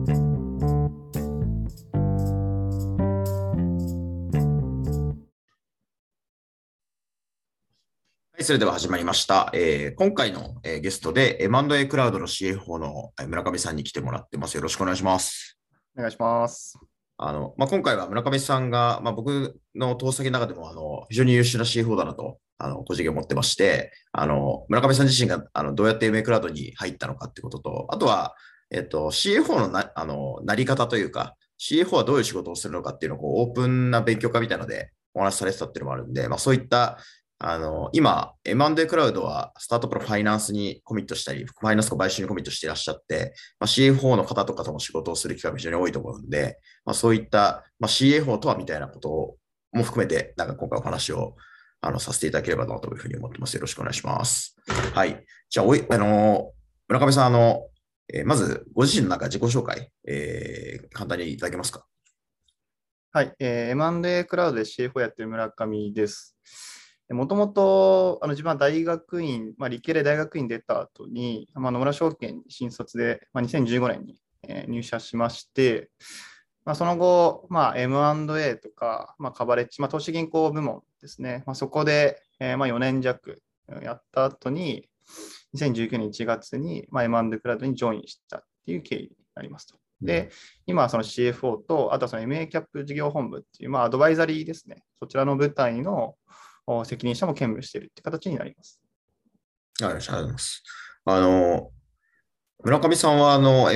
はい、それでは始まりました。今回の、ゲストで M&A クラウドの CFO の村上さんに来てもらってます。よろしくお願いします。 お願いします。 今回は村上さんが、僕の投資先の中でも非常に優秀な CFO だなと個人的に思ってまして、村上さん自身がどうやって MA クラウドに入ったのかってことと、あとは、CFO のなり方というか、CFO はどういう仕事をするのかっていうのをオープンな勉強会みたいなのでお話しされてたっていうのもあるんで、そういった今、M&A クラウドはスタートアップのファイナンスにコミットしたり、ファイナンスの買収にコミットしていらっしゃって、CFO の方とかとも仕事をする機会も非常に多いと思うんで、そういった、CFO とはみたいなことも含めて、なんか今回お話をさせていただければなというふうに思ってます。よろしくお願いします。はい。じゃあ、村上さん、まずご自身の自己紹介、簡単にいただけますか。 はい、M&A クラウドで CFO やってる村上です。もともと自分は大学院、理系で大学院出た後に、野村証券に新卒で、2015年に、入社しまして、その後、M&A とか、カバレッジ、投資銀行部門ですね、そこで、4年弱やった後に、2019年1月に、M&A クラウドにジョインしたっていう経緯になりますと。で、今はその CFO と、あとはその MA キャップ事業本部っていう、アドバイザリーですね、そちらの部隊の責任者も兼務しているって形になります。 ありがとうございます。村上さんは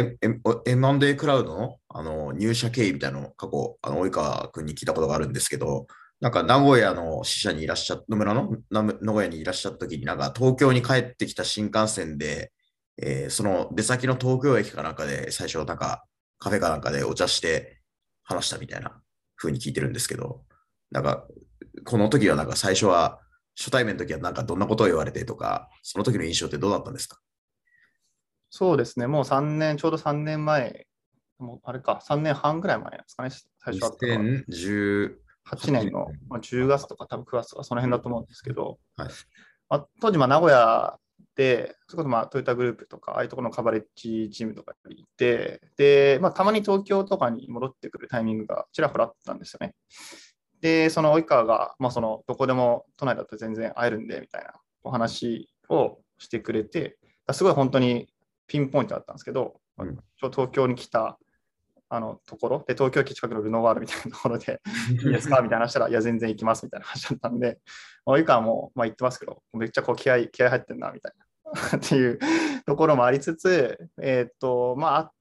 M&A クラウドの、入社経緯みたいなのを過去、及川君に聞いたことがあるんですけど、なんか名古屋の支社にいらっしゃった、野村の名古屋にいらっしゃった時に、なんか東京に帰ってきた新幹線で、その出先の東京駅かなんかで最初なんかカフェかなんかでお茶して話したみたいな風に聞いてるんですけど、なんかこの時はなんか最初は初対面の時はなんかどんなことを言われてとか、その時の印象ってどうだったんですか？ そうですね、もう3年、ちょうど3年前、もうあれか、3年半ぐらい前ですかね、最初あったのは。8 2018年。 年の10月とか多分9月とかその辺だと思うんですけど、 はい。 当時名古屋で、それこそトヨタグループとか、ああいうところのカバレッジチームとかにいて、で、たまに東京とかに戻ってくるタイミングがちらほらあったんですよね。で、その及川が、どこでも都内だと全然会えるんで、みたいなお話をしてくれて、すごい本当にピンポイントだったんですけど、東京に来たところで、東京駅近くのルノワールみたいなところで、いいですかみたいな話したら、いや、全然行きますみたいな話だったんで、及川も、言ってますけど、めっちゃ気合入ってんな、みたいなっていうところもありつつ、あって、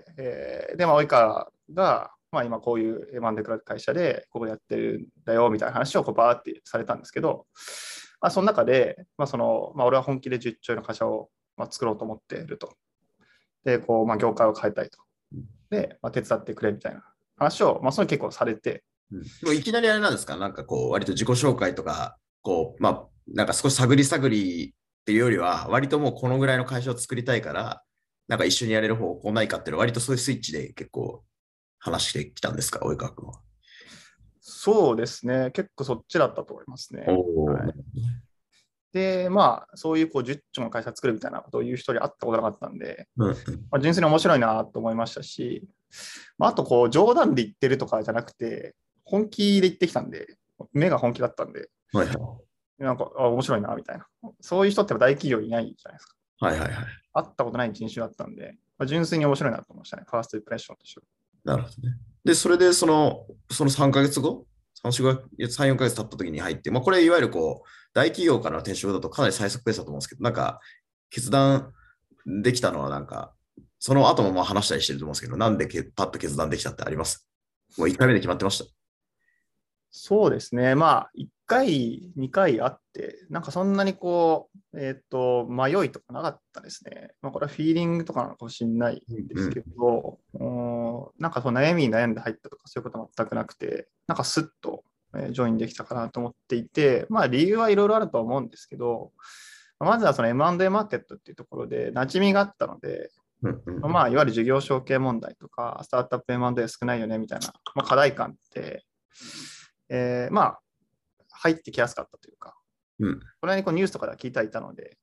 で、及川が、今こういう M&A クラウド会社でここやってるんだよみたいな話をバーってされたんですけど、その中で、俺は本気で10兆円の会社を作ろうと思っていると。で、業界を変えたいと。で、手伝ってくれみたいな話を、それ結構されて。 もういきなりあれなんですか？なんか割と自己紹介とか、なんか少し探り探りっていうよりは、割ともうこのぐらいの会社を作りたいから、なんか一緒にやれる方法ないかっていうのは、割とそういうスイッチで結構話してきたんですか、及川君は。 そうですね。結構そっちだったと思いますね。 おー。 はい、で、そういう10兆の会社作るみたいなことを言う人に会ったことなかったんで、 うん。 純粋に面白いなと思いましたし、あと冗談で言ってるとかじゃなくて、本気で言ってきたんで、目が本気だったんで、 はいはい。 なんか面白いなみたいな。そういう人って大企業いないじゃないですか。 はいはいはい。 会ったことない人種だったんで、純粋に面白いなと思いましたね。ファーストインプレッションとしては。 なるほどね。で、それでその3ヶ月後、3、4ヶ月経った時に入って、これいわゆる大企業からの転職だとかなり最速ペースだと思うんですけど、なんか、決断できたのはなんか、その後も話したりしてると思うんですけど、なんでパッと決断できたってあります？もう1回目で決まってました？ そうですね。1回、2回あって、なんかそんなに迷いとかなかったですね。これはフィーリングとかなのかもしれないですけど、なんか悩みに悩んで入ったとかそういうことは全くなくて、なんかスッとジョインできたかなと思っていて、理由はいろいろあると思うんですけど、まずはその M&A マーケットっていうところで馴染みがあったので、いわゆる事業承継問題とか、スタートアップ M&A 少ないよねみたいな、課題感って、入ってきやすかったというか、 うん。 これにニュースとかでは聞いてはいたので、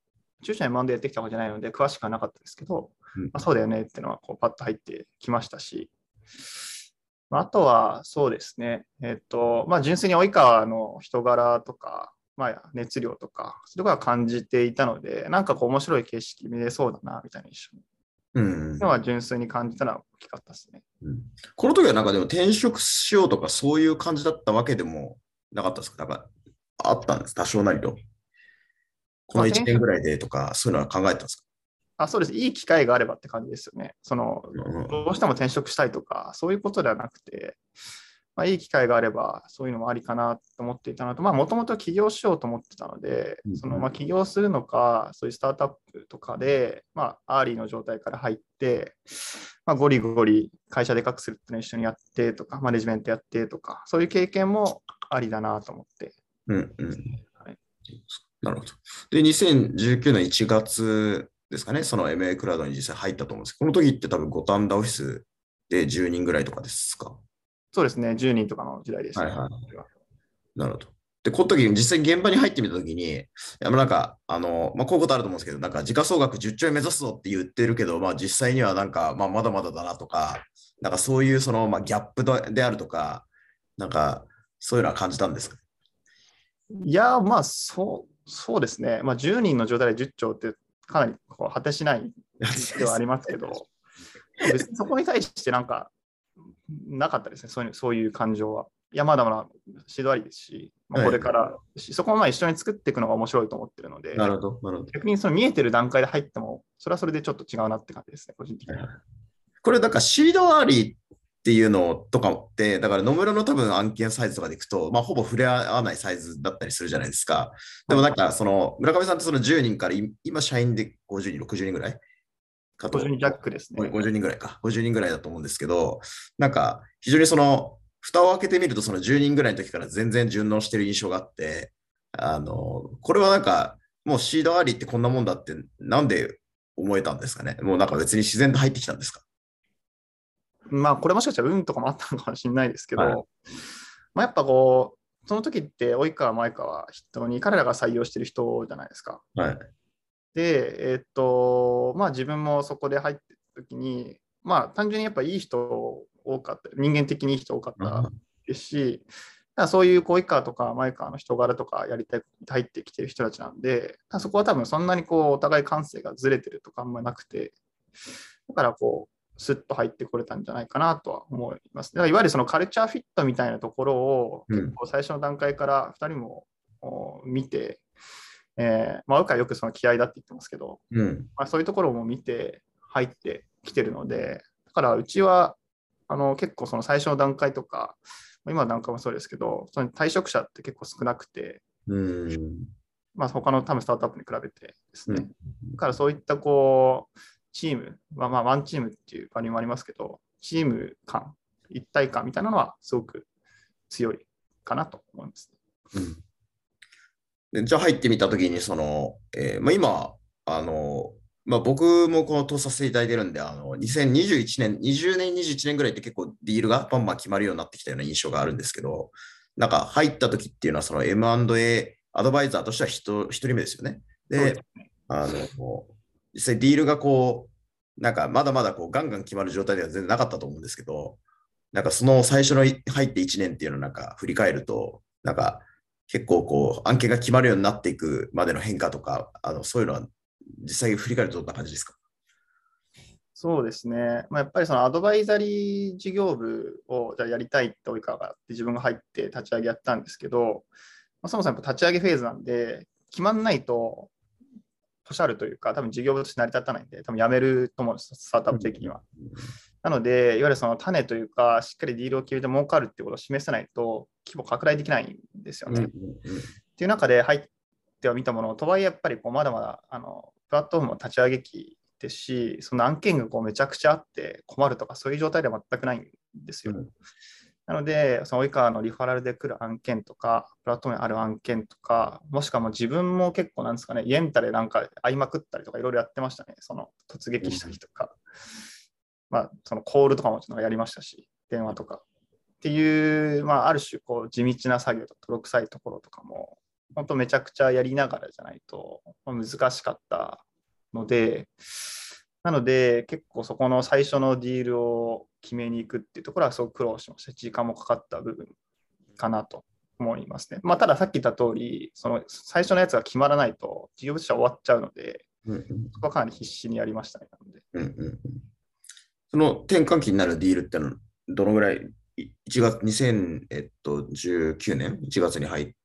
中小 M&A やってきたわけじゃないので、詳しくはなかったですけど、 うんそうだよねっていうのはこうパッと入ってきましたし、あとはそうですね、純粋に及川の人柄とか、熱量とか、そういうところは感じていたので、なんかこう面白い景色見れそうだなみたいな印象うんのは純粋に感じたのは大きかったですね。 うんこの時はなんかでも転職しようとかそういう感じだったわけでもなかったですか？なんかあったんです、多少なりと。この1 転職、 年ぐらいでとか、そういうのは考えてたんですか？ そうです。いい機会があればって感じですよね。 うんどうしても転職したいとか、そういうことではなくて、いい機会があれば、そういうのもありかなと思っていたのと、もともと起業しようと思ってたので、起業するのか、そういうスタートアップとかで、アーリーの状態から入って、ゴリゴリ会社でかくするっていうのを一緒にやってとか、マネジメントやってとか、そういう経験もありだなと思って。 うんうん。 はい、 なるほど。で、2019年1月ですかね、その MA クラウドに実際入ったと思うんですけど、この時って多分五反田オフィスで10人ぐらいとかですか？ そうですね、10人とかの時代ですね。 はいはい。なるほど。で、この時、実際に現場に入ってみた時に、なんか、こういうことあると思うんですけど、なんか、時価総額10兆円目指すぞって言ってるけど、実際にはなんか、まだまだだなとか、なんかそういうギャップであるとか、なんか、そういうのは感じたんですか？ いや、そうですね。10人の状態で10兆ってかなりこう果てしない数字ではありますけど、別にそこに対してなんかなかったですね、そういう感情は。いや、まだまだしどありですし、 はい。 これからそこを一緒に作っていくのが面白いと思ってるので、 なるほど、なるほど。 逆にその見えてる段階で入っても、それはそれでちょっと違うなって感じですね、個人的には。 これ、だからシードアーリーっていうのとかって、だから野村の多分案件サイズとかでいくと、ほぼ触れ合わないサイズだったりするじゃないですか。ではい、 もなんか、その村上さんってその10人から今社員で50人、60人ぐらいかと、 50ジャックですね。 50人ぐらいか、50人ぐらいだと思うんですけど、なんか非常にその、蓋を開けてみるとその10人ぐらいの時から全然順応してる印象があって、これはなんか、もうシードアーリーってこんなもんだってなんで思えたんですかね？もうなんか別に自然と入ってきたんですか？ これもしかしたら運とかもあったのかもしれないですけはい。 ど、やっぱこう、その時って及川前川人に彼らが採用してる人じゃないですか。 はい。 で、自分もそこで入ってた時に、単純にやっぱいい人多かった、人間的にいい人多かったですし、だからそういう及川とか前川の人柄とかやりたいことに入ってきてる人たちなんで、そこは多分そんなにこうお互い感性がずれてるとかあんまなくて、だからこう、スッと入ってこれたんじゃないかなとは思います。だからいわゆるそのカルチャーフィットみたいなところをうん。 結構最初の段階から2人も見て、及川よくその気合だって言ってますけど、 うん。 そういうところも見て入ってきてるので、だからうちは結構その最初の段階とか、今の段階もそうですけど、その退職者って結構少なくて、 うん。 他の多分スタートアップに比べてですね。 うん。 だからそういったこう、チーム、ワンチームっていう場にもありますけど、チーム感、一体感みたいなのはすごく強いかなと思います。 うんでじゃあ入ってみたときに、その、今、僕もこの通させていただいてるんで、2021年、20年、21年ぐらいって結構ディールがバンバン決まるようになってきたような印象があるんですけど、なんか入ったときっていうのは、その M&A アドバイザーとしては一人目ですよね。で、 そうです。 あの、実際ディールがこう、なんかまだまだこうガンガン決まる状態では全然なかったと思うんですけど、なんかその最初の入って1年っていうのをなんか振り返ると、なんか結構こう案件が決まるようになっていくまでの変化とか、そういうのは実際振り返るとどんな感じですか？ そうですね。やっぱりそのアドバイザリー事業部をじゃあやりたいって及川があって自分が入って立ち上げやったんですけど、そもそもやっぱ立ち上げフェーズなんで、決まんないと、ポシャるというか、多分事業部として成り立たないんで、多分やめると思うんです、スタートアップ的には。なので、いわゆるその種というか、しっかりディールを決めて儲かるっていうことを示さないと、規模拡大できないんですよね。っていう中で入ってはみたもの、とはいえやっぱりこうまだまだプラットフォームの立ち上げ期ですし、その案件がこうめちゃくちゃあって困るとか、そういう状態では全くないんですよ。なので、その及川のリファラルで来る案件とか、プラットフォームにある案件とか、もしくはもう自分も結構なんですかね、イエンタでなんか会いまくったりとかいろいろやってましたね。その突撃したりとか、そのコールとかもやりましたし、電話とか。っていう、ある種こう地道な作業と泥臭いところとかも本当めちゃくちゃやりながらじゃないと難しかったので、なので結構そこの最初のディールを決めに行くっていうところはすごく苦労しました。時間もかかった部分かなと思いますね。まあ、たださっき言った通り、その最初のやつが決まらないと事業としては終わっちゃうので、そこはかなり必死にやりましたね。 その転換期になるディールってのはどのぐらい、1月、2019年1月に入って、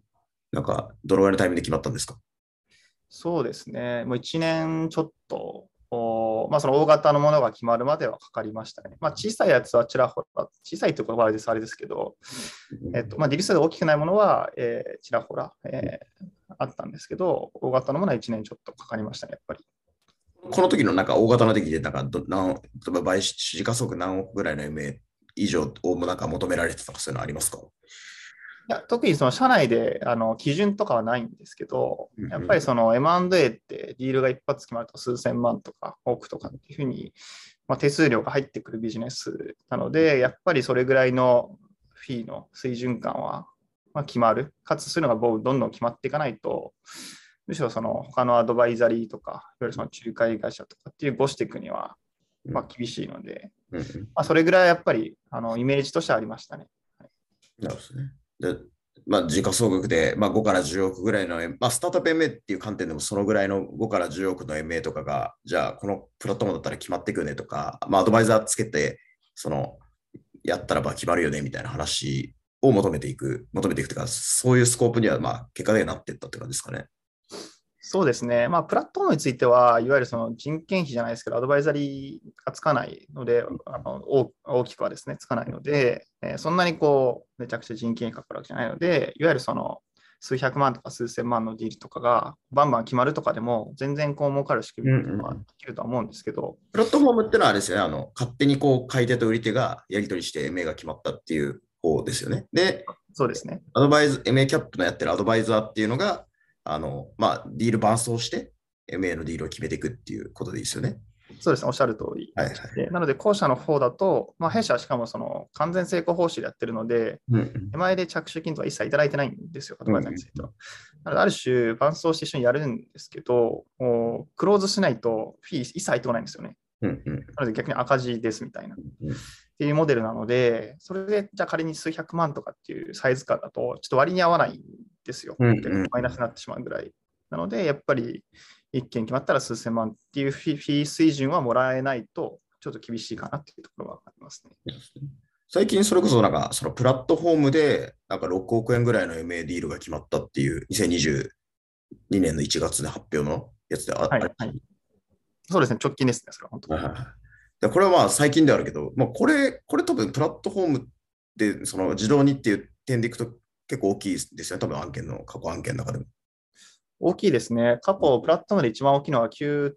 なんか、どのぐらいのタイミングで決まったんですか？ そうですね。もう1年ちょっと、まあ、その大型のものが決まるまではかかりましたね。まあ、小さいやつはちらほら、小さいところはあれですけど、まあ、ディル数が大きくないものは、ちらほら、あったんですけど、大型のものは1年ちょっとかかりましたね、やっぱり。 この時のなんか大型の時で、なんか例えば時価総額何億ぐらいの MA 以上をなんか求められてたとかそういうのありますか？ いや特にその社内で基準とかはないんですけど、やっぱりその M&A ってディールが一発決まると数千万とか億とかっていうふうに、まあ、手数料が入ってくるビジネスなので、やっぱりそれぐらいのフィーの水準感はまあ決まる。かつそういうのがどんどん決まっていかないと、むしろその他のアドバイザリーとか、いわゆるその仲介会社とかっていうご指摘にはまあ厳しいので、まあ、それぐらいやっぱりイメージとしてはありましたね。 なるほどね。で、まあ、時価総額で、まあ、5から10億ぐらいの、まあ、スタートアップ MA っていう観点でも、そのぐらいの5から10億の MA とかが、じゃあ、このプラットフォームだったら決まっていくねとか、まあ、アドバイザーつけて、やったらば決まるよねみたいな話を求めていくというか、そういうスコープには、まあ、結果でなっていったって感じですかね。 そうですね。まあ、プラットフォームについては、いわゆるその人件費じゃないですけど、アドバイザリーがつかないので、大きくはですね、つかないので、そんなにこう、めちゃくちゃ人件費かかるわけじゃないので、いわゆるその、数百万とか数千万のディールとかがバンバン決まるとかでも、全然こう儲かる仕組みっていうのはできるとは思うんですけど、 プラットフォームってのはあれですよね、勝手にこう、買い手と売り手がやり取りして MA が決まったっていう方ですよね。で、 そうですね。 MA キャップのやってるアドバイザーっていうのが、まあ、ディール伴走して MA のディールを決めていくっていうことでいいですよね。 そうですね、おっしゃる通りはいはい。 で、なので、後者の方だと、まあ、弊社はしかもその完全成功報酬でやってるので、手前で着手金とか一切いただいてないんですよ、アドバイザーについては。なので、ある種、伴走して一緒にやるんですけど、クローズしないとフィー一切入ってこないんですよね。なので、逆に赤字ですみたいな。っていうモデルなので、それでじゃあ仮に数百万とかっていうサイズ感だと、ちょっと割に合わないんですよ。結構マイナスになってしまうぐらい。なので、やっぱり一件決まったら数千万っていうフィー水準はもらえないと、ちょっと厳しいかなっていうところはありますね。 最近それこそなんか、そのプラットフォームで、なんか6億円ぐらいの MA ディールが決まったっていう、2022年の1月で発表のやつではい、はい。そうですね、直近ですね、それは本当に。 でこれはまあ最近ではあるけど、まあ、これ多分プラットフォームでその自動にっていう点でいくと結構大きいですよね、多分過去案件の中でも。 大きいですね。過去、プラットフォームで一番大きいのは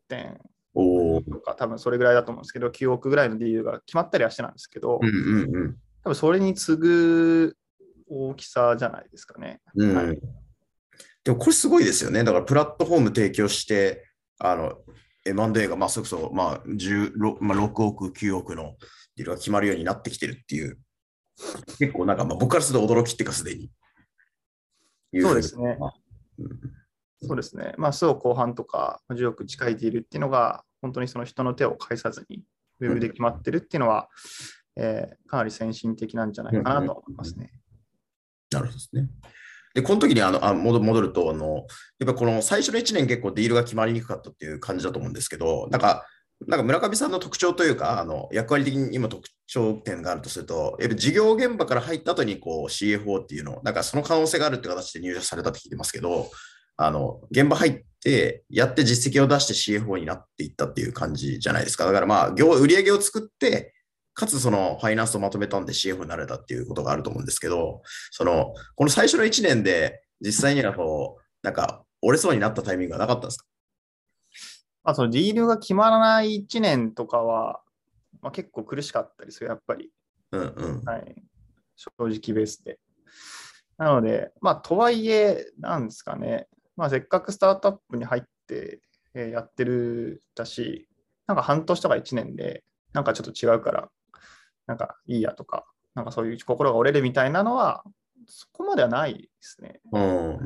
9.5とか、多分それぐらいだと思うんですけど、9億ぐらいのディールが決まったりはしてなんですけど、多分それに次ぐ大きさじゃないですかね。はい、 でもこれすごいですよね。だからプラットフォーム提供して、M&A がまあそれこそ、まあ6億、9億のディールが決まるようになってきてるっていう、結構なんかまあ僕からすると驚きっていうかすでに。 そうですね。そうですね。まあ、数後半とか10億近いディールっていうのが、本当にその人の手を介さずに、ウェブで決まってるっていうのは、かなり先進的なんじゃないかなと思いますね。 なるほどですね。で、この時に戻ると、やっぱこの最初の1年結構ディールが決まりにくかったっていう感じだと思うんですけど、なんか村上さんの特徴というか、役割的に今特徴点があるとすると、やっぱ事業現場から入った後にこう CFO っていうの、なんかその可能性があるって形で入社されたって聞いてますけど、現場入って、やって実績を出して CFO になっていったっていう感じじゃないですか。だからまあ、売上を作って、かつそのファイナンスをまとめたんで CFO になれたっていうことがあると思うんですけど、この最初の1年で実際にはこう、なんか折れそうになったタイミングがなかったんですか？ まあ、そのディールが決まらない1年とかは、まあ、結構苦しかったですよ、やっぱり。はい、正直ベースで。なので、まあ、とはいえ、なんですかね、まあ、せっかくスタートアップに入って、やってるだし、なんか半年とか1年で、なんかちょっと違うから、なんかいいやとか、なんかそういう心が折れるみたいなのは、 そこまではないですね。 うん、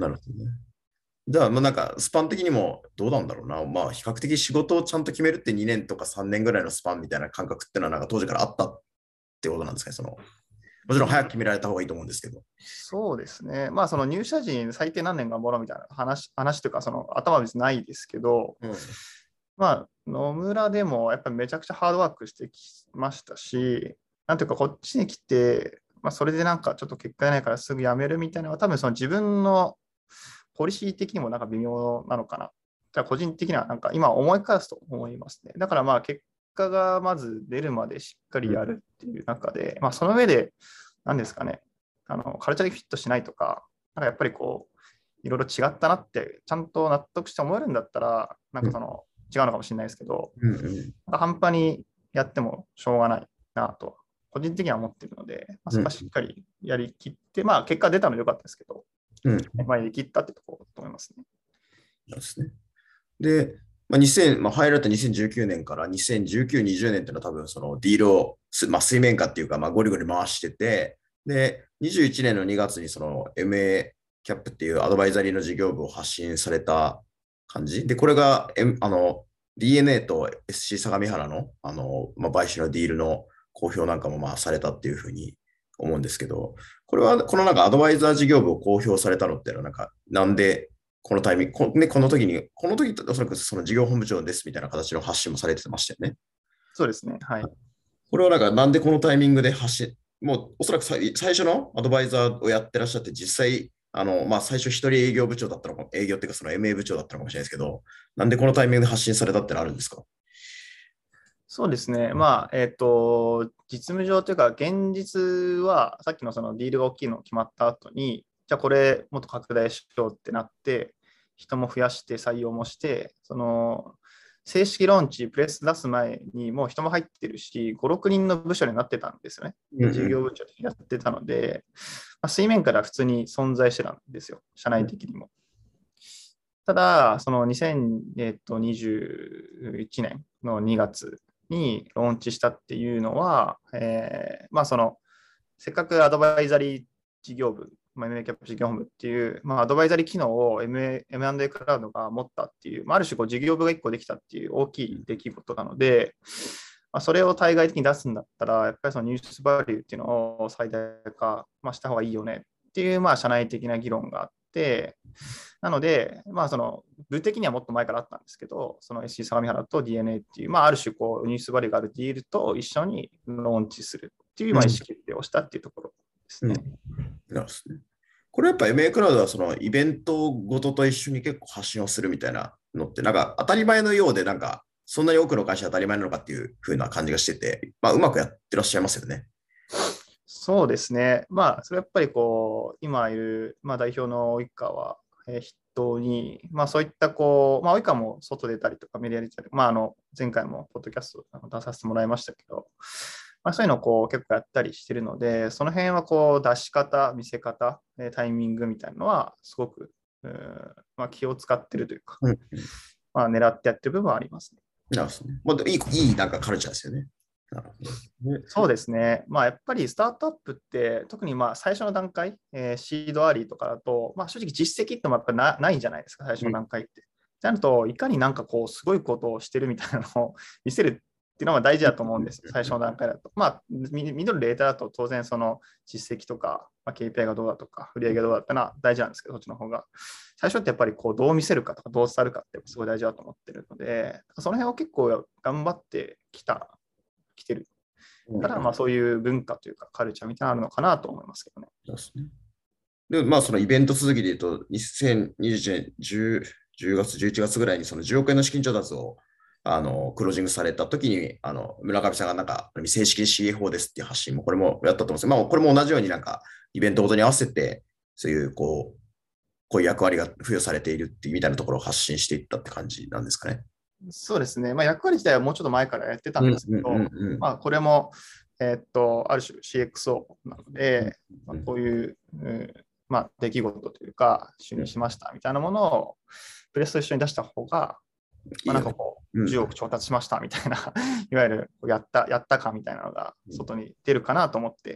なるほどね。じゃあ、もうなんか、スパン的にもどうなんだろうな。まあ、比較的仕事をちゃんと決めるって2年とか3年ぐらいのスパンみたいな感覚っていうのは、なんか当時からあったってことなんですかね。もちろん早く決められた方がいいと思うんですけど。 そうですね。まあ、その入社時に最低何年頑張ろうみたいな話というか、その頭は別にないですけど、 うん。 まあ、野村でもやっぱりめちゃくちゃハードワークしてきましたし、なんていうか、こっちに来て、まあ、それでなんかちょっと結果がないからすぐ辞めるみたいなのは、多分その自分のポリシー的にもなんか微妙なのかな。じゃあ個人的にはなんか今思い返すと思いますね。だからまあ結果がまず出るまでしっかりやるっていう中で、まあその上で、何ですかね、カルチャーにフィットしないとか、なんかやっぱりこう、いろいろ違ったなって、ちゃんと納得して思えるんだったら、なんかその、違うのかもしれないですけど、 うんうん。 なんか半端にやってもしょうがないなと、個人的には思ってるので、まあ、そこはしっかりやりきって、まあ結果出たのでよかったですけど、 うん。 まあやりきったってところだと思いますね。 なんですね。で、まあ、2000、まあ、入られた2019年から2019、20年っていうのは多分そのディールをまあ、水面下っていうか、まあ、ゴリゴリ回してて、で、21年の2月にその MA キャップっていうアドバイザリーの事業部を発信された感じ。で、これが、DNA と SC 相模原の、まあ、買収のディールの公表なんかもまあされたっていうふうに思うんですけど、これは、このなんかアドバイザー事業部を公表されたのっていうのは、なんか、なんでこのタイミング、この時に、この時っておそらくその事業本部長ですみたいな形の発信もされてましたよね。 そうですね。はい。 これはなんか、なんでこのタイミングで発信、もうおそらく最初のアドバイザーをやってらっしゃって、実際、まあ、最初一人営業部長だったのか、営業っていうかその MA 部長だったのかもしれないですけど、なんでこのタイミングで発信されたってのあるんですか？ そうですね。まあ、実務上というか、現実は、さっきのそのディールが大きいの決まった後に、じゃあこれもっと拡大しようってなって、人も増やして採用もして、その正式ローンチ、プレス出す前にもう人も入ってるし、5、6人の部署になってたんですよね。で、事業部長でやってたので、まあ、水面から普通に存在してたんですよ、社内的にも。ただ、その2021年の2月にローンチしたっていうのは、まあその、せっかくアドバイザリー事業部、まあ、MA キャップ事業本部っていう、まあ、アドバイザリー機能を M&A クラウドが持ったっていう、まあ、ある種こう事業部が1個できたっていう大きい出来事なので、まあ、それを対外的に出すんだったら、やっぱりそのニュースバリューっていうのを最大化、まあ、した方がいいよねっていう、まあ、社内的な議論があって、なので、まあ、その部的にはもっと前からあったんですけど、その SC 相模原と DNA っていう、まあ、ある種こうニュースバリューがあるディールと一緒にローンチするっていう、まあ、意思決定をしたっていうところですね。 なんですね。これやっぱ MA クラウドはそのイベントごとと一緒に結構発信をするみたいなのってなんか当たり前のようでなんかそんなに多くの会社当たり前なのかっていう風な感じがしてて、まあうまくやってらっしゃいますよね。 そうですね。まあ、それやっぱりこう、今いる、まあ、代表の及川筆頭に、まあ、そういったこう、まあ、及川も外出たりとかメディア出たり、まあ、前回もポッドキャスト出させてもらいましたけど、まあ、そういうのをこう結構やったりしてるので、その辺はこう出し方、見せ方、タイミングみたいなのは、すごく、まあ、気を使ってるというか、 うん。 まあ、狙ってやってる部分はありますね。 なんですね。まあ、いいなんかカルチャーですよね。なるほどね。 そうですね。まあ、やっぱりスタートアップって、特にまあ最初の段階、シードアリーとかだと、まあ、正直実績ってもやっぱないじゃないですか、最初の段階って。ちゃんといかになんかこう、すごいことをしてるみたいなのを見せるっていうのが大事だと思うんですよ、最初の段階だと。まあ、ミドルレーターだと当然その実績とか、まあ、KPI がどうだとか、売上がどうだってのは大事なんですけど、そっちの方が。最初ってやっぱりこうどう見せるかとか、どう伝わるかってすごい大事だと思ってるので、その辺を結構頑張ってきてるから、まあそういう文化というかカルチャーみたいなのあるのかなと思いますけどね。 そうですね。で、まあ、そのイベント続きで言うと、2021年10月、11月ぐらいにその10億円の資金調達をクロージングされたときに、村上さんがなんか、正式に CA 法ですっていう発信も、これもやったと思うんですけど、まあ、これも同じようになんか、イベントごとに合わせて、そういう、こういう役割が付与されているっていうみたいなところを発信していったって感じなんですかね。 そうですね。まあ、役割自体はもうちょっと前からやってたんですけど、まあ、これも、ある種 CXO なので、まあ、こういう、まあ、出来事というか、就任しましたみたいなものをプレスと一緒に出した方が、まあ、なんかこう、10億調達しましたみたいな、いわゆるやったかみたいなのが外に出るかなと思って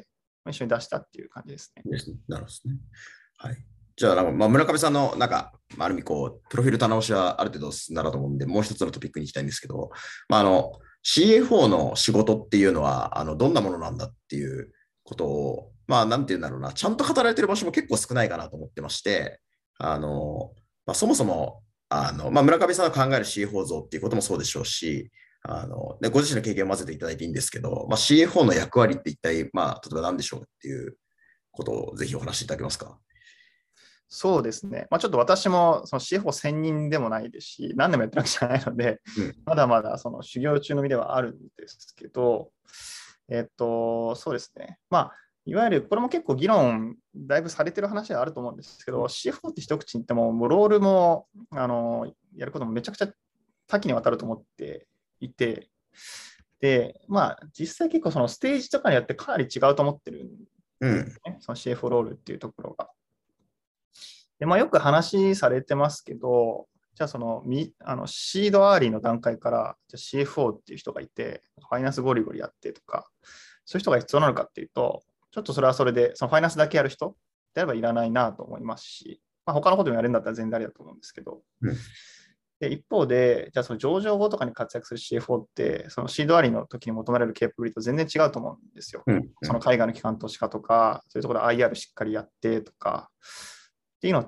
一緒に出したっていう感じですね。 ですね。なるほどですね。はい。じゃあ、まあ、村上さんの、ある意味、プロフィール棚押しはある程度進んだなと思うんで、もう一つのトピックに行きたいんですけど、CFO の仕事っていうのは、どんなものなんだっていうことを、なんていうんだろうな、ちゃんと語られてる場所も結構少ないかなと思ってまして、そもそも、村上さんが考える CFO 像っていうこともそうでしょうし、ご自身の経験を混ぜていただいていいんですけど、CFO の役割って一体、例えば何でしょうっていうことをぜひお話しいただけますか。 そうですね。ちょっと私もその CFO 専任でもないですし、何年もやってるわけじゃないので、 うん。 まだまだその修行中の身ではあるんですけど、そうですね。いわゆるこれも結構議論だいぶされてる話ではあると思うんですけど、CFO って一口に言っても、もうロールもやることもめちゃくちゃ多岐にわたると思っていて、で、実際結構そのステージとかによってかなり違うと思ってるんうん。 ですね、その CFO ロールっていうところが。で、よく話されてますけど、じゃあシードアーリーの段階からじゃあ CFO っていう人がいて、ファイナンスゴリゴリやってとか、そういう人が必要なのかっていうと、ちょっとそれはそれで、そのファイナンスだけやる人であればいらないなと思いますし、他のこともやるんだったら全然ありだと思うんですけど、 うん。 で一方で、じゃあその上場後とかに活躍する CFO って、そのシードアリーの時に求められるケープブリと全然違うと思うんですよ。 うん。 その海外の機関投資家とか、そういうところで IR しっかりやってとか、っていうのって、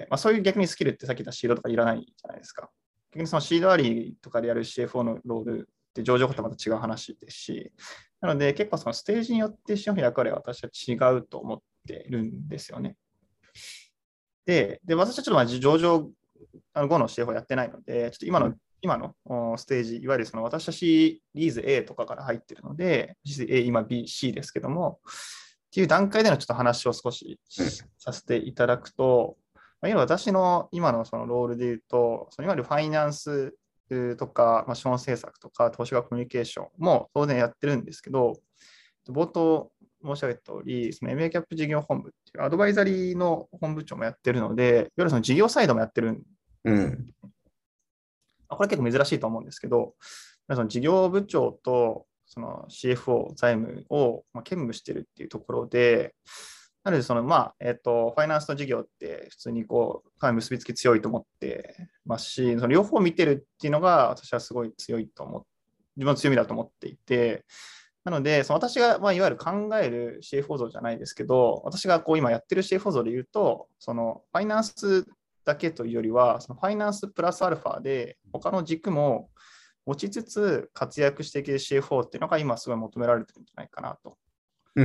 そういう逆にスキルってさっき言ったシードとかいらないじゃないですか。逆にそのシードアリーとかでやる CFO のロールって上場後とまた違う話ですし、なので結構そのステージによって資本の役割は私は違うと思ってるんですよね。で私はちょっと上場後の CFO やってないので、ちょっと今のステージ、いわゆるその私はシリーズ A とかから入ってるので、シリーズ A、今 B、C ですけども、っていう段階でのちょっと話を少しうん。 させていただくと、私の今のそのロールで言うと、そのいわゆるファイナンスとか、資本政策とか、投資家コミュニケーションも当然やってるんですけど、冒頭申し上げた通り、その MA キャップ事業本部っていうアドバイザリーの本部長もやってるので、いわゆるその事業サイドもやってるんうん。 これ結構珍しいと思うんですけど、その事業部長とその CFO、財務を兼務してるっていうところで、なのでファイナンスと事業って普通にかなり結びつき強いと思ってますし、その両方見てるっていうのが私はすごい強いと自分の強みだと思っていて、なので、その私が、いわゆる考える CFO 像じゃないですけど、私が今やってる CFO 像で言うと、そのファイナンスだけというよりは、そのファイナンスプラスアルファで、他の軸も持ちつつ活躍していける CFO っていうのが今すごい求められてるんじゃないかなと。 うん。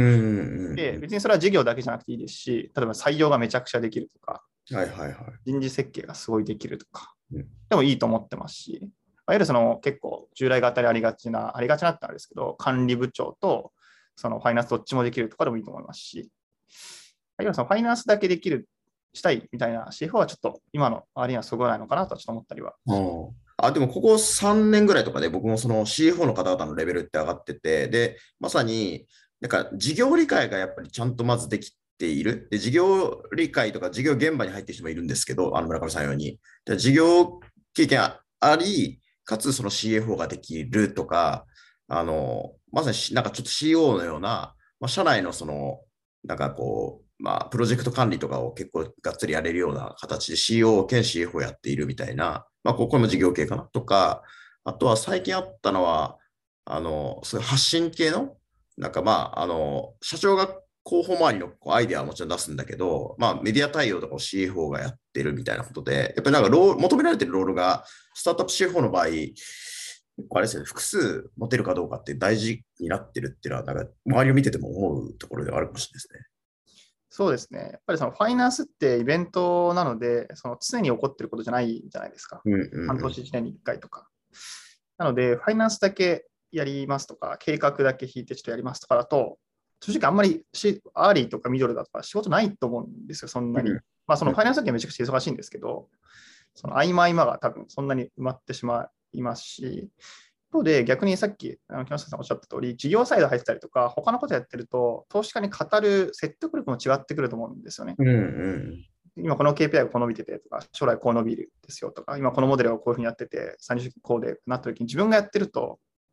で、別にそれは事業だけじゃなくていいですし、例えば採用がめちゃくちゃできるとか、 はいはいはい。 人事設計がすごいできるとか、 うん。 でもいいと思ってますし、いわゆるその結構従来型でありがちなってあれですけど、管理部長とそのファイナンスどっちもできるとかでもいいと思いますし、いわゆるそのファイナンスだけできる、したいみたいな CFO はちょっと今の周りにはそぐわないのかなとちょっと思ったりはします。 でもここ3年ぐらいとかで僕もその CFO の方々のレベルって上がってて、で、まさに、事業理解がやっぱりちゃんとまずできている。で、事業理解とか事業現場に入ってる人もいるんですけど、村上さんのように。で事業経験あり、かつその CFO ができるとか、まさにちょっと CO のような、社内のその、プロジェクト管理とかを結構がっつりやれるような形で CO 兼 CFO をやっているみたいな、これも事業系かなとか、あとは最近あったのは、そういう発信系の、社長が広報周りのアイデアはもちろん出すんだけど、メディア対応とかを CFO がやってるみたいなことで、やっぱり求められてるロールが、スタートアップ CFO の場合、結構あれですよね、複数持てるかどうかって大事になってるっていうのは、周りを見てても思うところではあるかもしれないですね。 そうですね。やっぱりそのファイナンスってイベントなので、その常に起こってることじゃないじゃないですか。 うんうんうん。 半年1年に1回とか。なので、ファイナンスだけやりますとか、計画だけ引いてちょっとやりますとかだと、正直あんまりアーリーとかミドルだとか仕事ないと思うんですよ、そんなに。 うんそのファイナンスだけはめちゃくちゃ忙しいんですけど、その合間合間が多分そんなに埋まってしまいますし、一方で逆にさっき木下さんおっしゃった通り、事業サイド入ってたりとか、他のことやってると、投資家に語る説得力も違ってくると思うんですよね。 うんうん今この KPI がこう伸びててとか、将来こう伸びるですよとか、今このモデルをこういうふうにやってて、30こうでなった時に自分がやってると、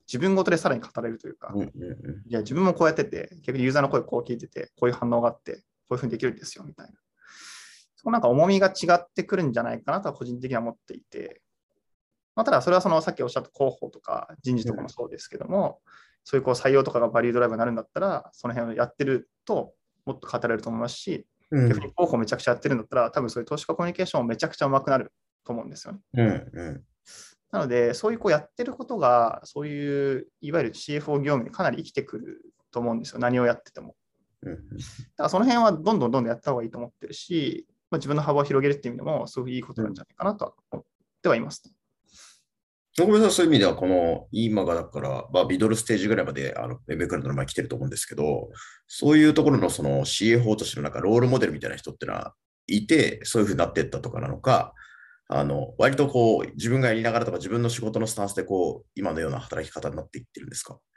自分ごとでさらに語れるというか、いや、自分もこうやってて、逆にユーザーの声こう聞いてて、こういう反応があって、こういうふうにできるんですよ、みたいな。そのなんか重みが違ってくるんじゃないかなとは個人的には思っていて、まあ、ただそれはそのさっきおっしゃった広報とか人事とかもそうですけども、そういうこう採用とかがバリュードライバーになるんだったら、その辺をやってるともっと語れると思いますし、逆に広報めちゃくちゃやってるんだったら、多分そういう投資家コミュニケーションもめちゃくちゃ上手くなると思うんですよね。なので、そういうこうやってることが、そういういわゆる CFO 業務にかなり生きてくると思うんですよ、何をやってても。だからその辺はどんどんやった方がいいと思ってるし、まあ、自分の幅を広げるっていう意味でも、すごくいいことなんじゃないかなとは思ってはいます。 ごめんなさい、そういう意味では、この今がだから、まあ、ミドルステージぐらいまでウェブクラウドの前に来てると思うんですけど、そういうところのその CFO としてのなんかロールモデルみたいな人ってのはいて、そういうふうになっていったとかなのか、割とこう、自分がやりながらとか自分の仕事のスタンスでこう、今のような働き方になっていってるんですか？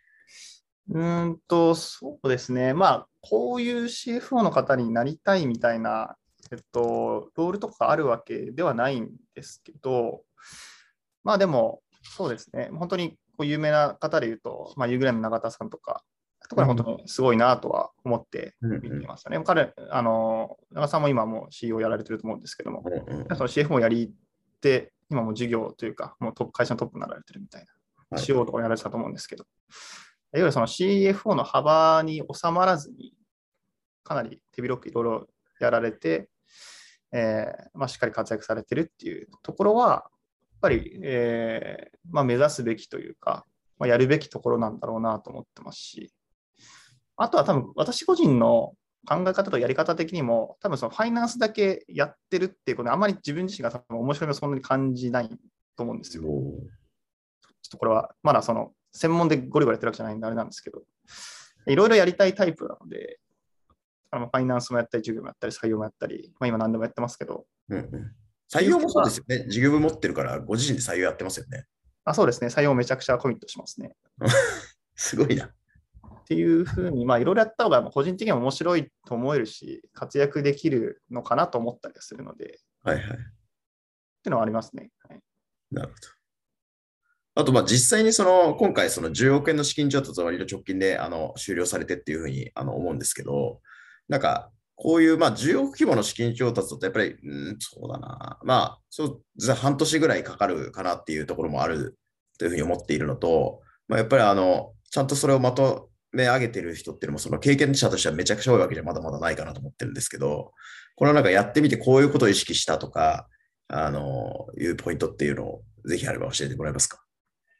そうですね。まあ、こういう CFO の方になりたいみたいな、ロールとかあるわけではないんですけど、まあでも、そうですね。本当にこう有名な方で言うと、まあ、ユーグレナの永田さんとか本当にすごいなとは思って見てましたね。彼、永田さんも今もう CEO やられてると思うんですけども、その CFO をやりて、今も事業というか、もう会社のトップになられてるみたいな、CEO とかやられてたと思うんですけど、いわゆるその CFO の幅に収まらずに、かなり手広くいろいろやられて、まあ、しっかり活躍されてるっていうところは、やっぱり、まあ、目指すべきというか、まあ、やるべきところなんだろうなと思ってますし、あとは多分私個人の考え方とやり方的にも、多分そのファイナンスだけやってるっていうことで、あまり自分自身が多分面白みをそんなに感じないと思うんですよ。ちょっとこれはまだその専門でゴリゴリやってるわけじゃないんであれなんですけど、いろいろやりたいタイプなので、ファイナンスもやったり、授業もやったり、採用もやったり、まあ、今何でもやってますけど。 採用もそうですよね。事業部持ってるから、ご自身で採用やってますよね。 そうですね。採用めちゃくちゃコミットしますね。 すごいな。 っていうふうに、まあ、いろいろやった方が個人的には面白いと思えるし、活躍できるのかなと思ったりするので、 はいはい。 っていうのはありますね。はい、 なるほど。あと、まあ実際に今回10億円の資金調達は割と直近で終了されてっていうふうに思うんですけど、なんか、こういう、まあ、10億規模の資金調達だと、やっぱり、そうだな。まあ、半年ぐらいかかるかなっていうところもあるというふうに思っているのと、まあ、やっぱりちゃんとそれをまとめ上げてる人っていうのも、その経験者としてはめちゃくちゃ多いわけじゃまだまだないかなと思ってるんですけど、これはなんかやってみてこういうことを意識したとか、いうポイントっていうのをぜひあれば教えてもらえますか？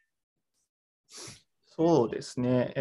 そうですね。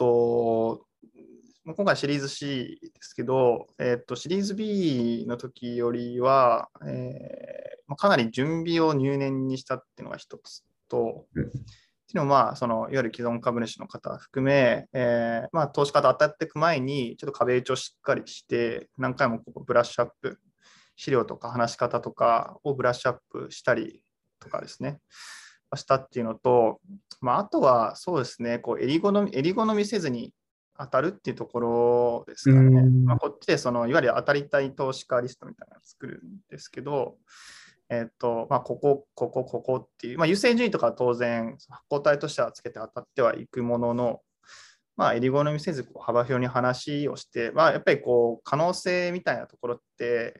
今回シリーズ C ですけど、シリーズ B の時よりは、かなり準備を入念にしたっていうのが一つと、っていうのも、まあ、いわゆる既存株主の方含め、まあ、投資家と当たっていく前に、ちょっと壁打ちをしっかりして、何回もここブラッシュアップ、資料とか話し方とかをブラッシュアップしたりとかですね、したっていうのと、まあ、あとはそうですね、こう襟好みせずに当たるっていうところですかね。まあ、こっちでいわゆる当たりたい投資家リストみたいなのを作るんですけど、まあ、ここっていう、まあ、優先順位とかは当然、発行体としてはつけて当たってはいくものの、まあ、襟好みせず幅広に話をして、まあ、やっぱりこう可能性みたいなところって、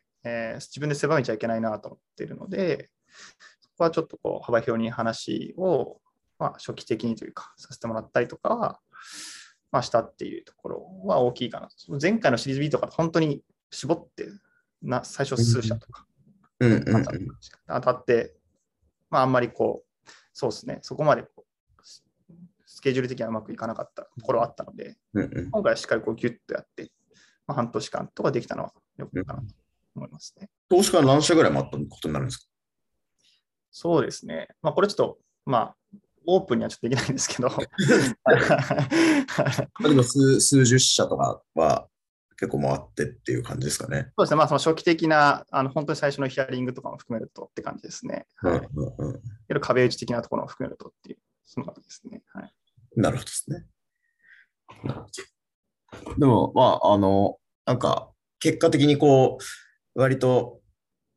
自分で狭めちゃいけないなと思っているので、そこはちょっとこう幅広に話を、まあ、初期的にというかさせてもらったりとかは、まあ、したっていうところは大きいかな。前回のシリーズ B とか本当に絞って最初数社とか当たって、まあ、あんまりこう、そうですね、そこまでこうスケジュール的にはうまくいかなかったところはあったので、今回はしっかりこうギュッとやって、まあ、半年間とかできたのはよかったかなと思いますね。 投資家は何社ぐらいもあったことになるんですか？ そうですね。まあ、これちょっと、まあ、オープンにはちょっとできないんですけど。 でも数十社とかは結構回ってっていう感じですかね。 そうですね。まあ、その初期的な、本当に最初のヒアリングとかも含めるとって感じですね。はい。いわゆる壁打ち的なところも含めるとっていう、その感じですね。はい。 なるほどですね。でも、まあ、なんか、結果的にこう、割と、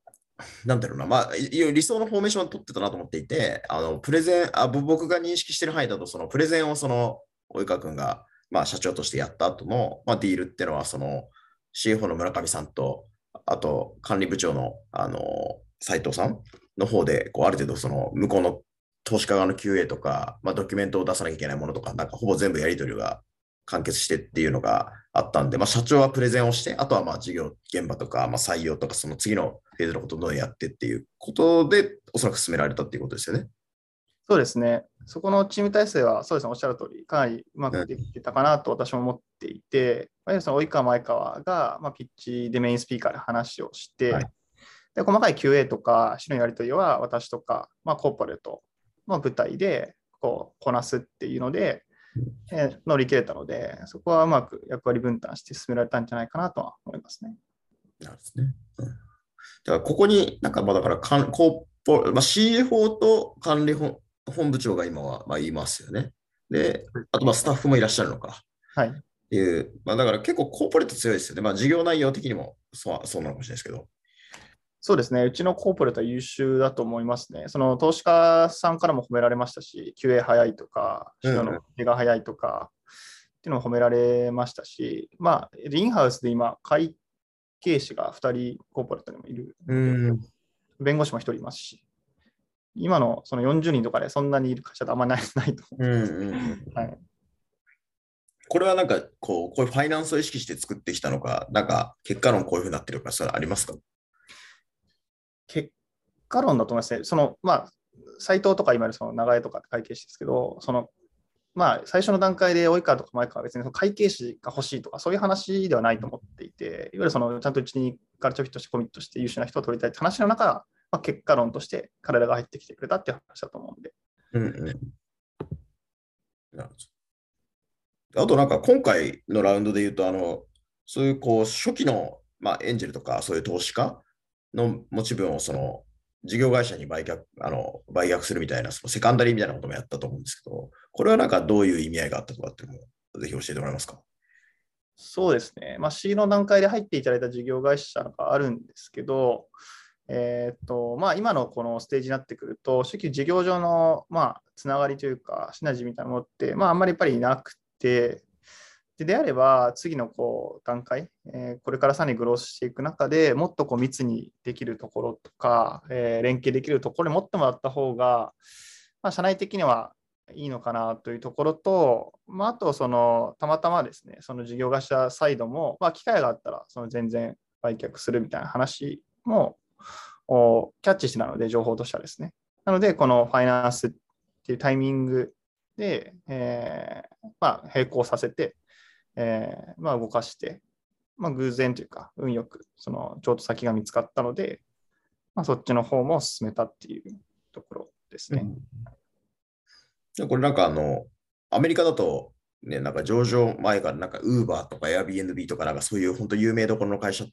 なんだろうな、まあ、理想のフォーメーションを取ってたなと思っていて、プレゼン、僕が認識してる範囲だと、そのプレゼンを及川君が、まあ、社長としてやった後の、まあ、ディールっていうのは、CFO の村上さんと、あと、管理部長の、斉藤さんの方で、こう、ある程度、向こうの投資家側の QA とか、まあ、ドキュメントを出さなきゃいけないものとか、なんか、ほぼ全部やり取りが完結してっていうのがあったんで、まあ、社長はプレゼンをして、あとはまあ事業現場とか、まあ、採用とか、その次のフェーズのことをどんどんやってっていうことで、おそらく進められたっていうことですよね。 そうですね。そこのチーム体制は、そうですね、おっしゃる通り、かなりうまくできてたかなと私も思っていて、まあ、その及川前川が、まあ、ピッチでメインスピーカーで話をして、 はい、 で細かい QA とか、資料のやり取りは私とか、まあ、コーポレートの舞台でこうこなすっていうので、乗り切れたので、そこはうまく役割分担して進められたんじゃないかなとは思いますね。 なんですね。だからここになんかまあだからまあ、CFO と管理本部長が今はまあいますよね。で、あとまあスタッフもいらっしゃるのか。 はい。 っていう、まあだから結構コーポレート強いですよね。まあ事業内容的にもそうなのかもしれないですけど。 そうですね。うちのコーポレートは優秀だと思いますね。その投資家さんからも褒められましたし、QA 早いとか、資料の手が早いとか、っていうのも褒められましたし、まあ、インハウスで今、会計士が2人コーポレートにもいるので、 うん。 弁護士も1人いますし、今のその40人とかでそんなにいる会社ってあんまないと思うんうんう。 うん。 はい。 これはなんかこういうファイナンスを意識して作ってきたのか、なんか結果論こういうふうになってるか、それありますか？ 結果論だと思いますね。まあ、斎藤とか今のその長江とかって会計士ですけど、まあ、最初の段階で及川とか前川は別に会計士が欲しいとか、そういう話ではないと思っていて、いわゆるちゃんとうちにカルチャーフィットしてコミットして優秀な人を取りたいって話の中、まあ、結果論として彼らが入ってきてくれたっていう話だと思うんで。 うんうん。なるほど。あとなんか今回のラウンドで言うと、そういうこう初期の、まあ、エンジェルとかそういう投資家の持ち分を事業会社に売却するみたいな、そのセカンダリーみたいなこともやったと思うんですけど、これはなんかどういう意味合いがあったとかっていうのも、ぜひ教えてもらえますか？ そうですね。まあ、C の段階で入っていただいた事業会社があるんですけど、まあ、今のこのステージになってくると、初期事業上の、まあ、つながりというか、シナジーみたいなものって、まあ、あんまりやっぱりなくて、であれば、次の段階、これからさらにグロースしていく中でもっと密にできるところとか、連携できるところに持ってもらった方が、まあ、社内的にはいいのかなというところと、まあ、あとたまたまですね、その事業会社サイドも、まあ、機会があったら全然売却するみたいな話もキャッチしてたので、情報としてはですね。なので、このファイナンスっていうタイミングで、まあ、並行させて、まあ、動かして、まあ、偶然というか、運よくちょうど先が見つかったので、まあ、そっちの方も進めたっていうところですね。 これなんかアメリカだと、ね、なんか上場前からなんか Uber とか Airbnb とかなんかそういう本当有名どころの会社って、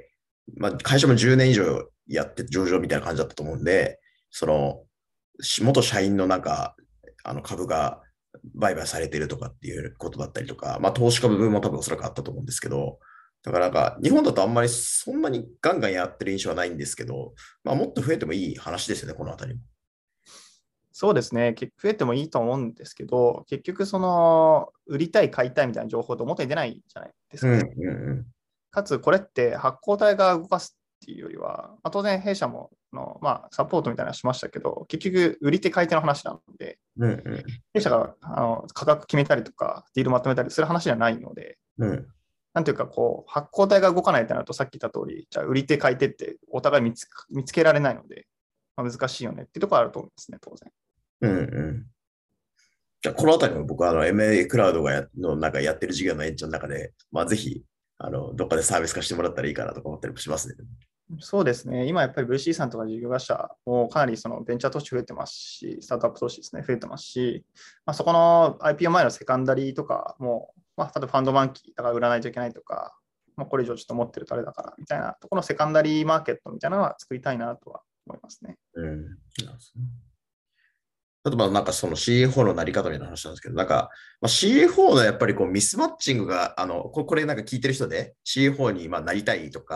まあ、会社も10年以上やって上場みたいな感じだったと思うんで、元社員のなんか株が売買されてるとかっていうことだったりとか、まあ投資家部分も多分おそらくあったと思うんですけど、だからなんか日本だとあんまりそんなにガンガンやってる印象はないんですけど、まあもっと増えてもいい話ですよね、このあたりも。 そうですね、増えてもいいと思うんですけど、結局、売りたい、買いたいみたいな情報って表に出ないじゃないですか。 うんうんかつ、これって発行体が動かすっていうよりは、まあ、当然、弊社もまあ、サポートみたいなのしましたけど、結局、売り手、買い手の話なので、 うんうん弊社が価格決めたりとか、ディールまとめたりする話じゃないので、 うんなんていうか、発行体が動かないとなると、さっき言った通り、じゃあ、売り手、買い手ってお互い見つけられないので、まあ、難しいよねっていうところはあると思いますね、当然。 うんうん。じゃあ、このあたりも僕はMA クラウドの中やってる事業の延長の中で、まあぜひ、どっかでサービス化してもらったらいいかなとか思ったりもしますね。 そうですね。今やっぱり VC さんとか事業会社もかなりベンチャー投資増えてますし、スタートアップ投資ですね、増えてますし、まあ、そこの IPO 前のセカンダリーとかも、まあ、例えばファンドマンキーだから売らないといけないとか、まあ、これ以上ちょっと持ってるとあれだからみたいなところのセカンダリーマーケットみたいなのは作りたいなとは思いますね。 うん。あと、まあなんかその CFO のなり方みたいな話なんですけど、なんか、まあ、CFO のやっぱりこうミスマッチングが、これなんか聞いてる人で CFO にまあなりたいとか、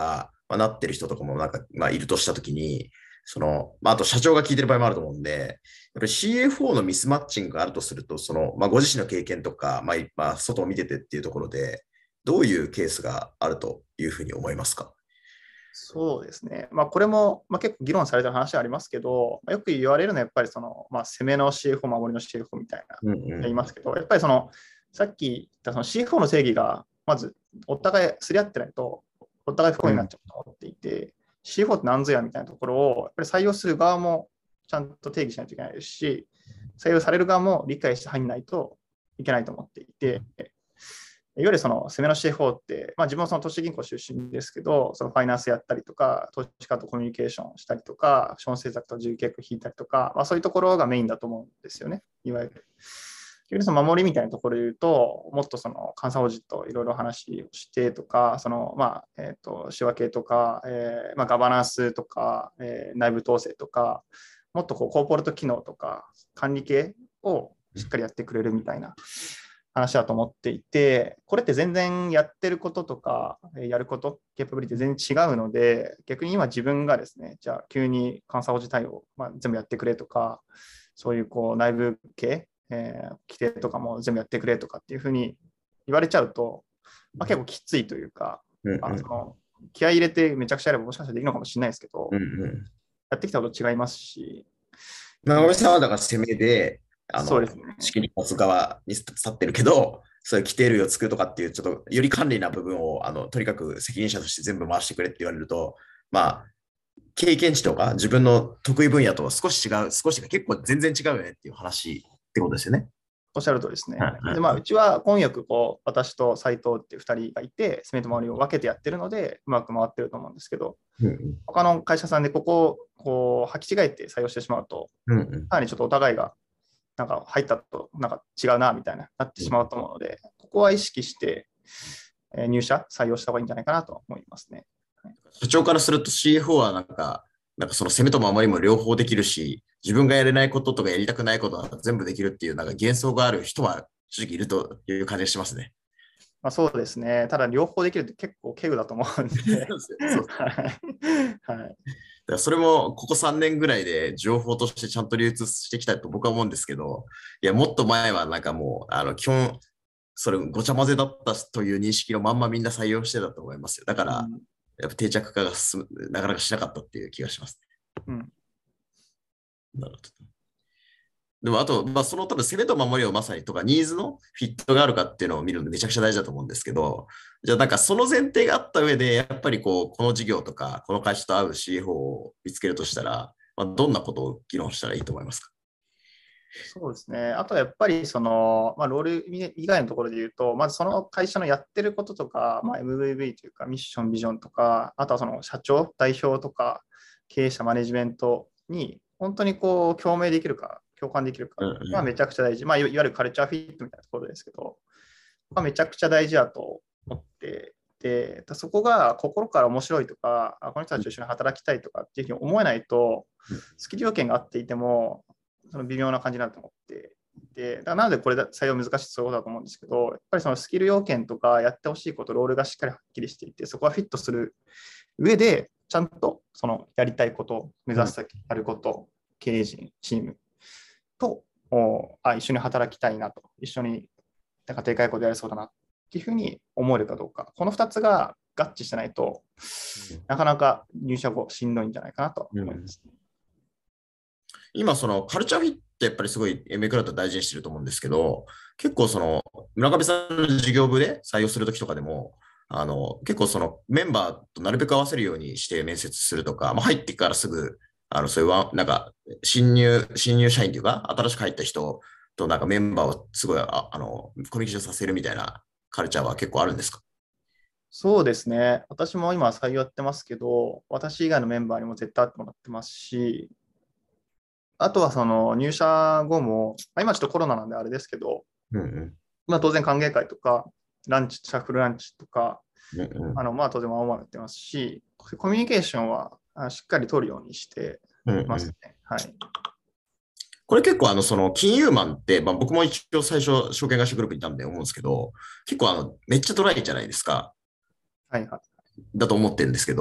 まあ、なってる人とかもなんか、まあ、いるとしたときに、まあ、あと社長が聞いてる場合もあると思うんで、やっぱり CFO のミスマッチングがあるとすると、まあ、ご自身の経験とか、まあ、外を見ててっていうところで、どういうケースがあるというふうに思いますか？ そうですね。まあ、これも、まあ、結構議論されてる話はありますけど、まあ、よく言われるのはやっぱりまあ、攻めの CFO、守りの CFO みたいなうんうん。 言いますけど、やっぱりさっき言ったCFO の定義が、まずお互いすり合ってないと、お互い不幸になっちゃうと思っていて、CFO って何ぞやみたいなところを、やっぱり採用する側もちゃんと定義しないといけないですし、採用される側も理解して入らないといけないと思っていて、いわゆる攻めの CFO って、まあ、自分は投資銀行出身ですけど、そのファイナンスやったりとか、投資家とコミュニケーションしたりとか、資本政策と自由契約引いたりとか、まあ、そういうところがメインだと思うんですよね、いわゆる。その守りみたいなところで言うと、もっと監査法人といろいろ話をしてとか、まあ仕分けとか、まあ、ガバナンスとか、内部統制とか、もっとコーポレート機能とか管理系をしっかりやってくれるみたいな話だと思っていて、これって全然やってることとか、やること、ケーパビリティ全然違うので、逆に今自分がですね、じゃあ急に監査保持対応、まあ、全部やってくれとか、そういう内部系、規定とかも全部やってくれとかっていうふうに言われちゃうと、まあ、結構きついというか、 うんうん。 気合い入れてめちゃくちゃやればもしかしたらできるのかもしれないですけど、 うんうん。 やってきたこと違いますし、 長尾さんはだから攻めで、 そうですね。 仕切り立つ側に立ってるけど、そういう規定類を作るとかっていう、ちょっとより管理な部分を、とにかく責任者として全部回してくれって言われると、まあ、経験値とか自分の得意分野とは少し違う、少しが結構全然違うよねっていう話ってことですよね。 おっしゃるとりですね。で、まあ、 はいはい。 うちは今よく私と斉藤っていう2人がいて、攻めと周りを分けてやってるので、うまく回ってると思うんですけど、 うん他の会社さんでここを履き違えて採用してしまうと、 うんうんかなりちょっとお互いがなんか入ったとなんか違うなみたいななってしまうと思うので、ここは意識して入社、採用した方がいいんじゃないかなと思いますね。 社長からすると CFO はなんかその攻めと守りも両方できるし、自分がやれないこととかやりたくないことは全部できるっていうなんか幻想がある人は正直いるという感じがしますね。 まあ、そうですね。ただ両方できるって結構稀有だと思うんで、 そうですよね。そう。 はい。はい。 だからそれもここ3年ぐらいで情報としてちゃんと流通してきたと僕は思うんですけど、いや、もっと前はなんかもう、基本、それごちゃ混ぜだったという認識のまんまみんな採用してたと思いますよ。だから、 うん。 やっぱ定着化がなかなかしなかったっていう気がします。 うん。 なるほど。でも、あと、まあ、その多分攻めと守りをまさにとか、ニーズのフィットがあるかっていうのを見るのめちゃくちゃ大事だと思うんですけど、じゃあなんかその前提があった上で、やっぱりこの事業とか、この会社と合う CFO を見つけるとしたら、まあ、どんなことを議論したらいいと思いますか？ そうですね。あとはやっぱりまあ、ロール以外のところで言うと、まずその会社のやってることとか、まあ、MVV というかミッション、ビジョンとか、あとはその社長、代表とか、経営者、マネジメントに本当に共鳴できるか、共感できるかうんがめちゃくちゃ大事。まあ、いわゆるカルチャーフィットみたいなところですけど、まあ、めちゃくちゃ大事だと思ってで、そこが心から面白いとか、この人たちと一緒に働きたいとかっていうふうに思えないと、スキル要件があっていても、その微妙な感じになると思っていて、だからなのでこれ採用難しいそういうことだと思うんですけど、やっぱりそのスキル要件とかやってほしいこと、ロールがしっかりはっきりしていて、そこはフィットする上で、ちゃんとそのやりたいこと、目指す先やること、経営陣、チームと一緒に働きたいなと、一緒になんかでかいことやれそうだなっていうふうに思えるかどうか、この2つが合致してないとなかなか入社後しんどいんじゃないかなと思います。 今、そのカルチャーフィットやっぱりすごい MA クラウド大事にしてると思うんですけど、結構村上さんの事業部で採用するときとかでも、結構そのメンバーとなるべく合わせるようにして面接するとか、まあ、入ってからすぐ、そういうなんか、新入社員というか、新しく入った人となんかメンバーをすごい、コミュニケーションさせるみたいなカルチャーは結構あるんですか？ そうですね。私も今採用やってますけど、私以外のメンバーにも絶対会ってもらってますし、あとはその入社後も、今ちょっとコロナなんであれですけど、 うんうんまあ当然歓迎会とか、ランチ、シャッフルランチとか、 うんうんまあ当然ワンオンワンやってますし、コミュニケーションはしっかり取るようにしてうんうん。 ますね。はい。 これ結構その金融マンって、まあ、僕も一応最初証券会社グループにいたんで思うんですけど、結構めっちゃドライじゃないですか。 はいはい。 だと思ってるんですけど、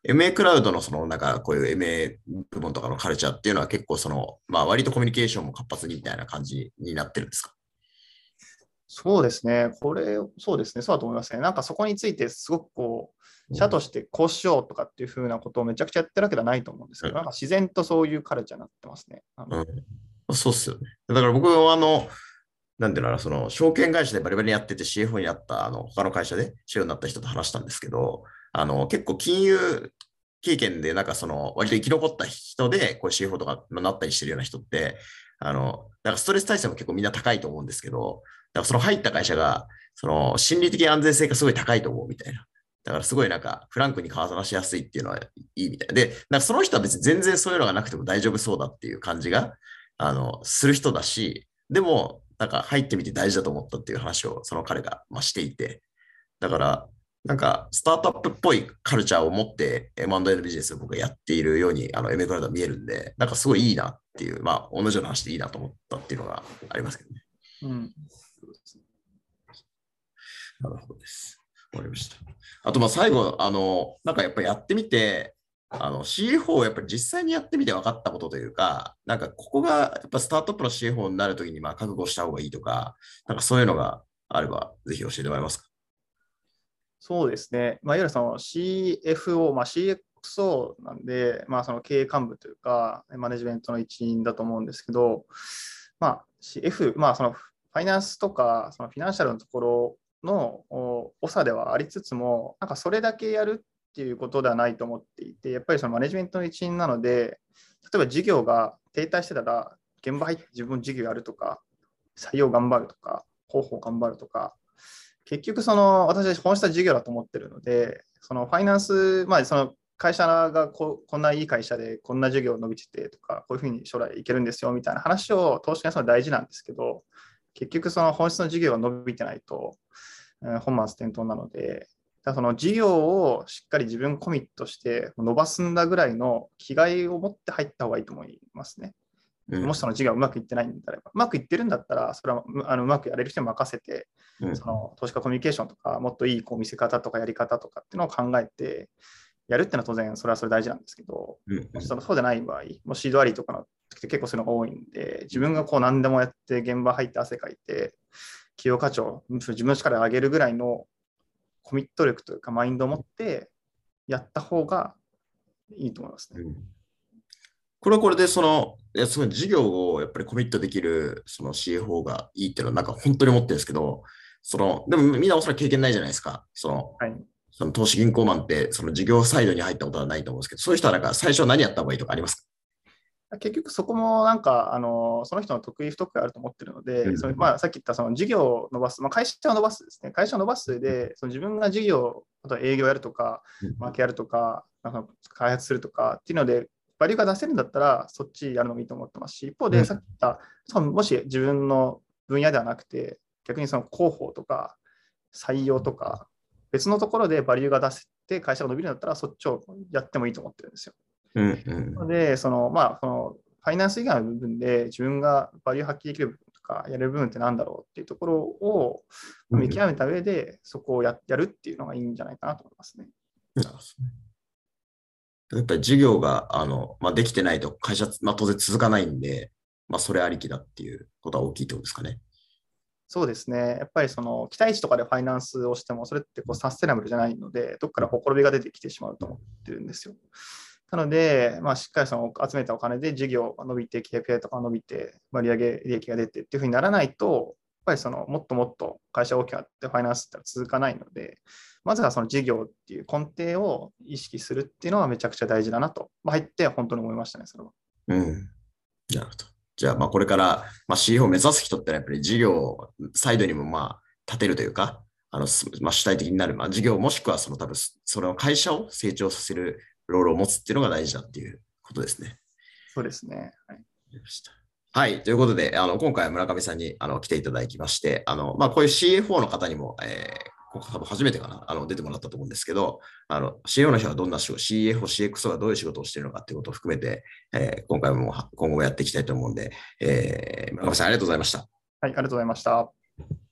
MA クラウドのその、なんかこういう MA 部門とかのカルチャーっていうのは結構その、まあ割とコミュニケーションも活発にみたいな感じになってるんですか？ そうですね。そうですね。そうだと思いますね。なんかそこについてすごく社としてこうしようとかっていうふうなことをめちゃくちゃやってるわけではないと思うんですけど、なんか自然とそういうカルチャーになってますね。 うんうん、そうっすよね。だから僕はなんていうのかな、その証券会社でバリバリやってて CFO になった他の会社で CFO になった人と話したんですけど、結構金融経験でなんかその割と生き残った人でこう CFO とかなったりしてるような人って、なんかストレス耐性も結構みんな高いと思うんですけど、だからその入った会社が、その心理的安全性がすごい高いと思うみたいな。だからすごいなんかフランクに話しやすいっていうのはいいみたいで、なんかその人は別に全然そういうのがなくても大丈夫そうだっていう感じが、する人だし、でも、なんか入ってみて大事だと思ったっていう話をその彼が、まあ、していて、だから、なんかスタートアップっぽいカルチャーを持って M&A のビジネスを僕がやっているように、MA クラウドは見えるんで、なんかすごいいいなっていう、まあ同じような話でいいなと思ったっていうのがありますけどね。 うん。 なるほどです。わかりました。あと、まあ最後、なんかやっぱりやってみて、CFO をやっぱり実際にやってみて分かったことというか、なんかここがやっぱスタートアップの CFO になるときにまあ覚悟した方がいいとか、なんかそういうのがあれば、ぜひ教えてもらえますか？ そうですね。いわゆるその CFO、CXO なんで、その経営幹部というか、マネジメントの一員だと思うんですけど、そのファイナンスとか、そのフィナンシャルのところの長ではありつつも、なんかそれだけやるっていうことではないと思っていて、やっぱりそのマネジメントの一員なので、例えば事業が停滞してたら、現場入って自分事業やるとか、採用頑張るとか、広報頑張るとか、結局その私は本質は事業だと思ってるので、そのファイナンス、その会社がこんないい会社でこんな事業伸びててとか、こういうふうに将来いけるんですよみたいな話を投資家にするのは大事なんですけど、結局その本質の事業が伸びてないと、本末転倒なので、その事業をしっかり自分コミットして伸ばすんだぐらいの気概を持って入った方がいいと思いますね。 うん、 もしその事業がうまくいってないんであれば、うまくいってるんだったら、それはうまくやれる人に任せて、 うん、 その投資家コミュニケーションとか、もっといい見せ方とかやり方とかっていうのを考えて、やるっていうのは当然それはそれ大事なんですけど、 うん、 もしそうでない場合、もうシードアリーとかの時って結構そういうのが多いんで、自分が何でもやって現場入って汗かいて、企業価値を自分の力を上げるぐらいのコミット力というかマインドを持ってやった方がいいと思いますね。 うん。これはこれで、すごい事業をやっぱりコミットできる、その CFO がいいっていうのは、なんか本当に思ってるんですけど、でもみんなおそらく経験ないじゃないですか。 はい。 その投資銀行マンって、その事業サイドに入ったことはないと思うんですけど、そういう人はなんか最初何やった方がいいとかありますか？ 結局そこもなんかその人の得意不得意あると思ってるので、 うんさっき言ったその事業を伸ばす、会社を伸ばすですね、会社を伸ばすで、その自分が事業、あとは営業やるとか、マーケやるとか、なんか開発するとかっていうので、バリューが出せるんだったら、そっちやるのもいいと思ってますし、一方でさっき言った、もし自分の分野ではなくて、逆にその広報とか採用とか、別のところでバリューが出せて会社が伸びるんだったら、そっちをやってもいいと思ってるんですよ。 うんうんで、そのファイナンス以外の部分で自分がバリュー発揮できる部分とか、やれる部分ってなんだろうっていうところをうん。 見極めた上で、そこをやるっていうのがいいんじゃないかなと思いますね。 なるほどね。やっぱり事業が、まあ、できてないと会社、まあ、当然続かないんで、まあ、それありきだっていうことは大きいってことですかね。 そうですね。やっぱりその期待値とかでファイナンスをしても、それってサステナブルじゃないので、どっからほころびが出てきてしまうと思ってるんですよ。なので、しっかりその集めたお金で事業が伸びて、KPI とか伸びて、売上利益が出てっていうふうにならないと、やっぱりそのもっともっと会社が大きくなってファイナンスって続かないので、まずはその事業っていう根底を意識するっていうのはめちゃくちゃ大事だなと、入って本当に思いましたね、それは。 うん。なるほど。じゃあ、まあ、これから、まあ、CEO を目指す人ってのはやっぱり事業サイドにもまあ、立てるというか、まあ、主体的になる、まあ、事業もしくはその多分、その会社を成長させるロールを持つっていうのが大事だっていうことですね。 そうですね。はい。 はい。ということで、今回は村上さんに来ていただきまして、まあ、こういう CFO の方にも、ここ多分初めてかな、出てもらったと思うんですけど、CFO の人がどんな仕事、CFO、CXO がどういう仕事をしているのかっていうことを含めて、今回も今後もやっていきたいと思うんで、村上さんありがとうございました。 はい、ありがとうございました。